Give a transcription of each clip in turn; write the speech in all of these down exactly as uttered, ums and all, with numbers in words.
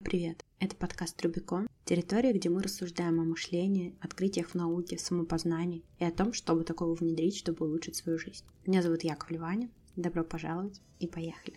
Привет! Это подкаст Рубикон, территория, где мы рассуждаем о мышлении, открытиях в науке, самопознании и о том, чтобы такого внедрить, чтобы улучшить свою жизнь. Меня зовут Яковлев Ваня. Добро пожаловать и поехали!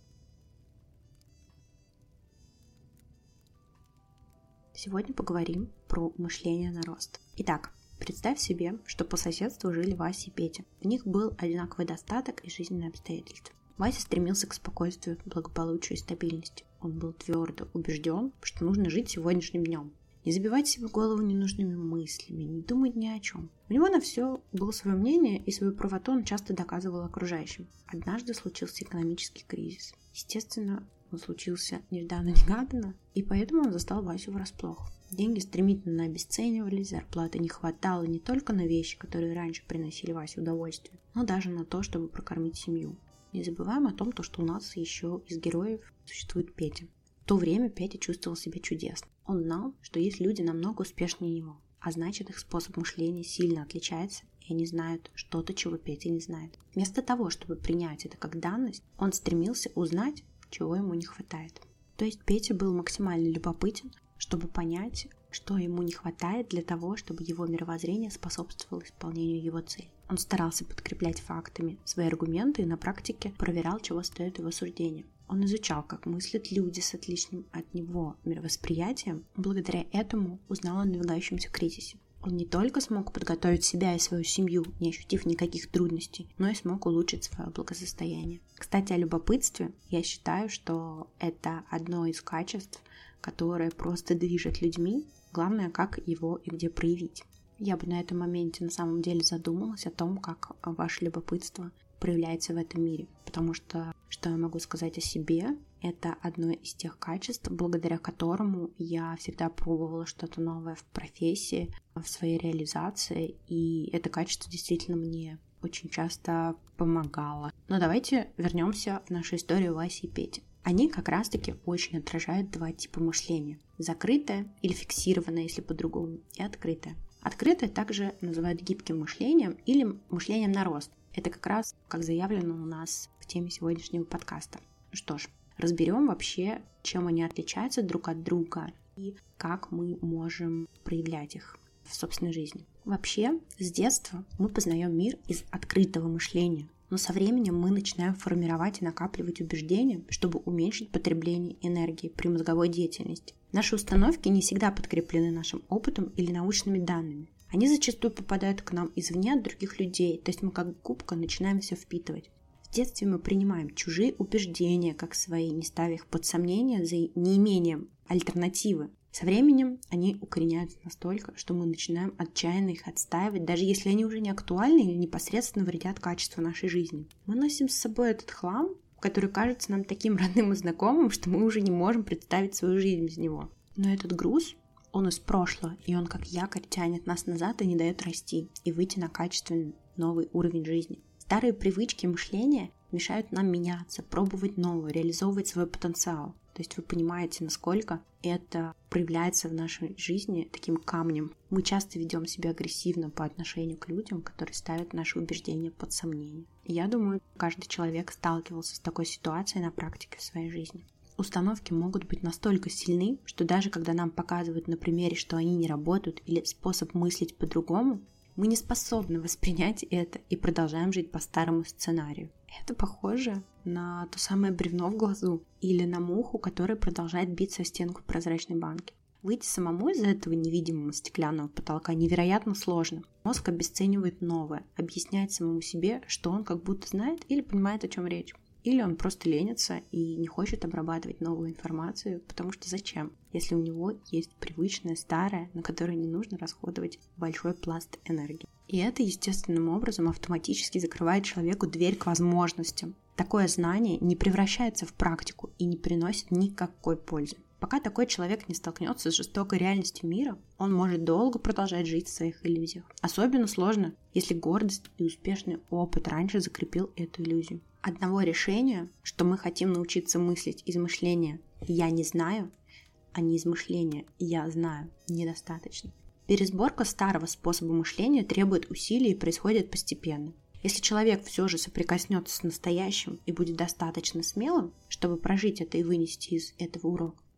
Сегодня поговорим про мышление на рост. Итак, представь себе, что по соседству жили Вася и Петя. У них был одинаковый достаток и жизненные обстоятельства. Вася стремился к спокойствию, благополучию и стабильности. Он был твердо убежден, что нужно жить сегодняшним днем. Не забивать себе голову ненужными мыслями, не думать ни о чем. У него на все было свое мнение, и свою правоту он часто доказывал окружающим. Однажды случился экономический кризис. Естественно, он случился нежданно-негаданно, и поэтому он застал Васю врасплох. Деньги стремительно обесценивались, зарплаты не хватало не только на вещи, которые раньше приносили Васе удовольствие, но даже на то, чтобы прокормить семью. Не забываем о том, что у нас еще из героев существует Петя. В то время Петя чувствовал себя чудесно. Он знал, что есть люди намного успешнее него, а значит, их способ мышления сильно отличается, и они знают что-то, чего Петя не знает. Вместо того, чтобы принять это как данность, он стремился узнать, чего ему не хватает. То есть Петя был максимально любопытен, чтобы понять, что ему не хватает для того, чтобы его мировоззрение способствовало исполнению его целей. Он старался подкреплять фактами свои аргументы и на практике проверял, чего стоит его суждение. Он изучал, как мыслят люди с отличным от него мировосприятием, благодаря этому узнал о надвигающемся кризисе. Он не только смог подготовить себя и свою семью, не ощутив никаких трудностей, но и смог улучшить свое благосостояние. Кстати, о любопытстве. Я считаю, что это одно из качеств, которое просто движет людьми. Главное, как его и где проявить. Я бы на этом моменте на самом деле задумалась о том, как ваше любопытство проявляется в этом мире. Потому что, что я могу сказать о себе, это одно из тех качеств, благодаря которому я всегда пробовала что-то новое в профессии, в своей реализации, и это качество действительно мне очень часто помогало. Но давайте вернемся в нашу историю Васи и Пети. Они как раз-таки очень отражают два типа мышления. Закрытое или фиксированное, если по-другому, и открытое. Открытое также называют гибким мышлением или мышлением на рост. Это как раз как заявлено у нас в теме сегодняшнего подкаста. Ну что ж, разберем вообще, чем они отличаются друг от друга и как мы можем проявлять их в собственной жизни. Вообще, с детства мы познаем мир из открытого мышления. Но со временем мы начинаем формировать и накапливать убеждения, чтобы уменьшить потребление энергии при мозговой деятельности. Наши установки не всегда подкреплены нашим опытом или научными данными. Они зачастую попадают к нам извне от других людей, то есть мы как губка начинаем все впитывать. В детстве мы принимаем чужие убеждения как свои, не ставя их под сомнение за неимением альтернативы. Со временем они укореняются настолько, что мы начинаем отчаянно их отстаивать, даже если они уже не актуальны или непосредственно вредят качеству нашей жизни. Мы носим с собой этот хлам, который кажется нам таким родным и знакомым, что мы уже не можем представить свою жизнь без него. Но этот груз, он из прошлого, и он как якорь тянет нас назад и не дает расти и выйти на качественный новый уровень жизни. Старые привычки мышления мешают нам меняться, пробовать новое, реализовывать свой потенциал. То есть вы понимаете, насколько это проявляется в нашей жизни таким камнем. Мы часто ведем себя агрессивно по отношению к людям, которые ставят наши убеждения под сомнение. И я думаю, каждый человек сталкивался с такой ситуацией на практике в своей жизни. Установки могут быть настолько сильны, что даже когда нам показывают на примере, что они не работают или способ мыслить по-другому, мы не способны воспринять это и продолжаем жить по старому сценарию. Это похоже на то самое бревно в глазу или на муху, которая продолжает биться о стенку прозрачной банки. Выйти самому из этого невидимого стеклянного потолка невероятно сложно. Мозг обесценивает новое, объясняет самому себе, что он как будто знает или понимает, о чем речь. Или он просто ленится и не хочет обрабатывать новую информацию, потому что зачем, если у него есть привычное старое, на которое не нужно расходовать большой пласт энергии. И это естественным образом автоматически закрывает человеку дверь к возможностям. Такое знание не превращается в практику и не приносит никакой пользы. Пока такой человек не столкнется с жестокой реальностью мира, он может долго продолжать жить в своих иллюзиях. Особенно сложно, если гордость и успешный опыт раньше закрепил эту иллюзию. Одного решения, что мы хотим научиться мыслить из мышления «я не знаю», а не из мышления «я знаю» недостаточно. Пересборка старого способа мышления требует усилий и происходит постепенно. Если человек все же соприкоснется с настоящим и будет достаточно смелым, чтобы прожить это и вынести из этого урок,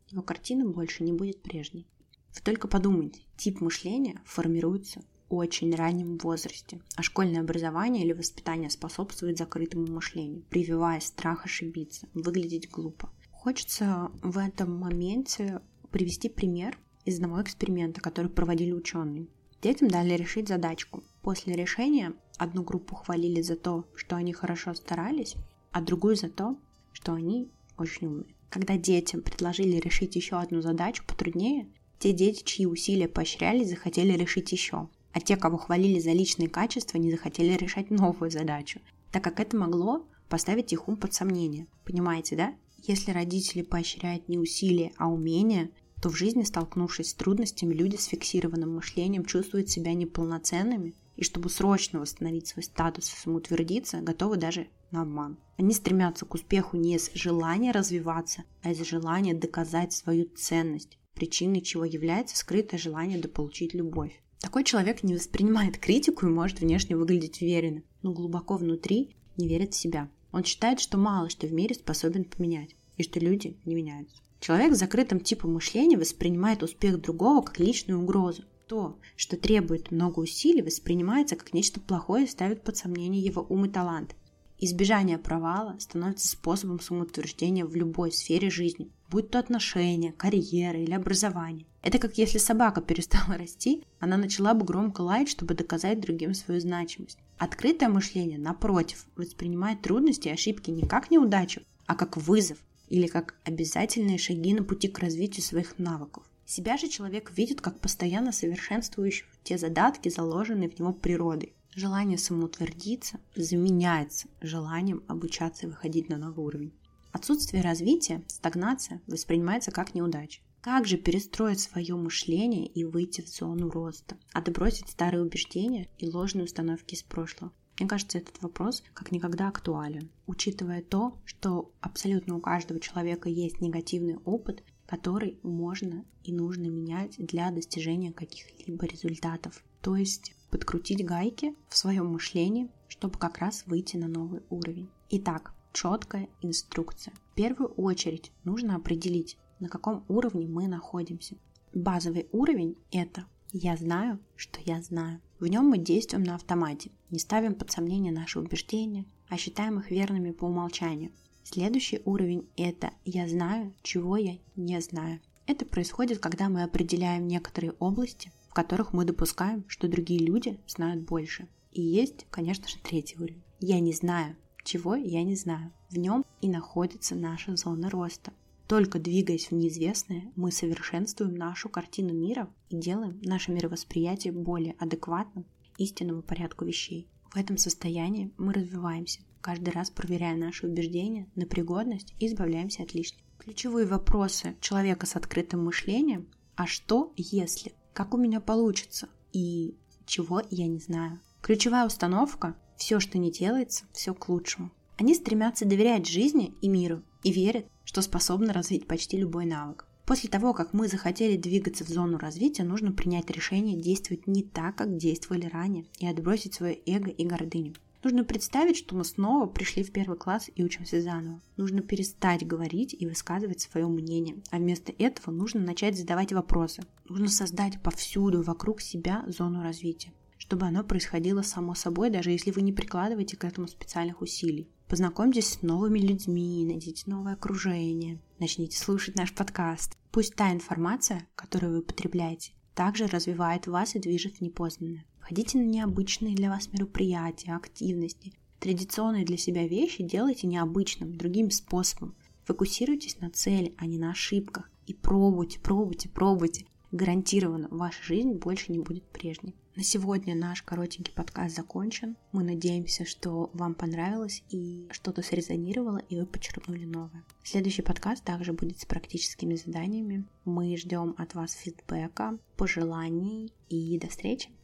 его картина больше не будет прежней. Вы только подумайте, тип мышления формируется в очень раннем возрасте, а школьное образование или воспитание способствует закрытому мышлению, прививая страх ошибиться, выглядеть глупо. Хочется в этом моменте привести пример из одного эксперимента, который проводили ученые. Детям дали решить задачку. После решения одну группу хвалили за то, что они хорошо старались, а другую за то, что они очень умные. Когда детям предложили решить еще одну задачу потруднее, те дети, чьи усилия поощрялись, захотели решить еще, а те, кого хвалили за личные качества, не захотели решать новую задачу, так как это могло поставить их ум под сомнение. Понимаете, да? Если родители поощряют не усилия, а умения, то в жизни, столкнувшись с трудностями, люди с фиксированным мышлением чувствуют себя неполноценными, и чтобы срочно восстановить свой статус и самоутвердиться, готовы даже на обман. Они стремятся к успеху не из желания развиваться, а из желания доказать свою ценность, причиной чего является скрытое желание дополучить любовь. Такой человек не воспринимает критику и может внешне выглядеть уверенно, но глубоко внутри не верит в себя. Он считает, что мало что в мире способен поменять, и что люди не меняются. Человек с закрытым типом мышления воспринимает успех другого как личную угрозу. То, что требует много усилий, воспринимается как нечто плохое и ставит под сомнение его ум и талант. Избежание провала становится способом самоутверждения в любой сфере жизни, будь то отношения, карьера или образование. Это как если собака перестала расти, она начала бы громко лаять, чтобы доказать другим свою значимость. Открытое мышление, напротив, воспринимает трудности и ошибки не как неудачу, а как вызов или как обязательные шаги на пути к развитию своих навыков. Себя же человек видит как постоянно совершенствующего те задатки, заложенные в него природой. Желание самоутвердиться заменяется желанием обучаться и выходить на новый уровень. Отсутствие развития, стагнация воспринимается как неудача. Как же перестроить свое мышление и выйти в зону роста, отбросить старые убеждения и ложные установки из прошлого? Мне кажется, этот вопрос как никогда актуален, учитывая то, что абсолютно у каждого человека есть негативный опыт, который можно и нужно менять для достижения каких-либо результатов. То есть подкрутить гайки в своем мышлении, чтобы как раз выйти на новый уровень. Итак, четкая инструкция. В первую очередь нужно определить, на каком уровне мы находимся. Базовый уровень – это «я знаю, что я знаю». В нем мы действуем на автомате, не ставим под сомнение наши убеждения, а считаем их верными по умолчанию. Следующий уровень – это «я знаю, чего я не знаю». Это происходит, когда мы определяем некоторые области, в которых мы допускаем, что другие люди знают больше. И есть, конечно же, третий уровень. Я не знаю, чего я не знаю. В нем и находится наша зона роста. Только двигаясь в неизвестное, мы совершенствуем нашу картину мира и делаем наше мировосприятие более адекватным истинному порядку вещей. В этом состоянии мы развиваемся, каждый раз проверяя наши убеждения на пригодность и избавляемся от лишнего. Ключевые вопросы человека с открытым мышлением – а что если? Как у меня получится? И чего я не знаю? Ключевая установка – все, что не делается, все к лучшему. Они стремятся доверять жизни и миру и верят, что способны развить почти любой навык. После того, как мы захотели двигаться в зону развития, нужно принять решение действовать не так, как действовали ранее, и отбросить свое эго и гордыню. Нужно представить, что мы снова пришли в первый класс и учимся заново. Нужно перестать говорить и высказывать свое мнение, а вместо этого нужно начать задавать вопросы. Нужно создать повсюду вокруг себя зону развития, чтобы оно происходило само собой, даже если вы не прикладываете к этому специальных усилий. Познакомьтесь с новыми людьми, найдите новое окружение, начните слушать наш подкаст. Пусть та информация, которую вы потребляете, также развивает вас и движет в непознанное. Ходите на необычные для вас мероприятия, активности. Традиционные для себя вещи делайте необычным, другим способом. Фокусируйтесь на цели, а не на ошибках. И пробуйте, пробуйте, пробуйте. Гарантированно ваша жизнь больше не будет прежней. На сегодня наш коротенький подкаст закончен. Мы надеемся, что вам понравилось и что-то срезонировало, и вы почерпнули новое. Следующий подкаст также будет с практическими заданиями. Мы ждем от вас фидбэка, пожеланий и до встречи!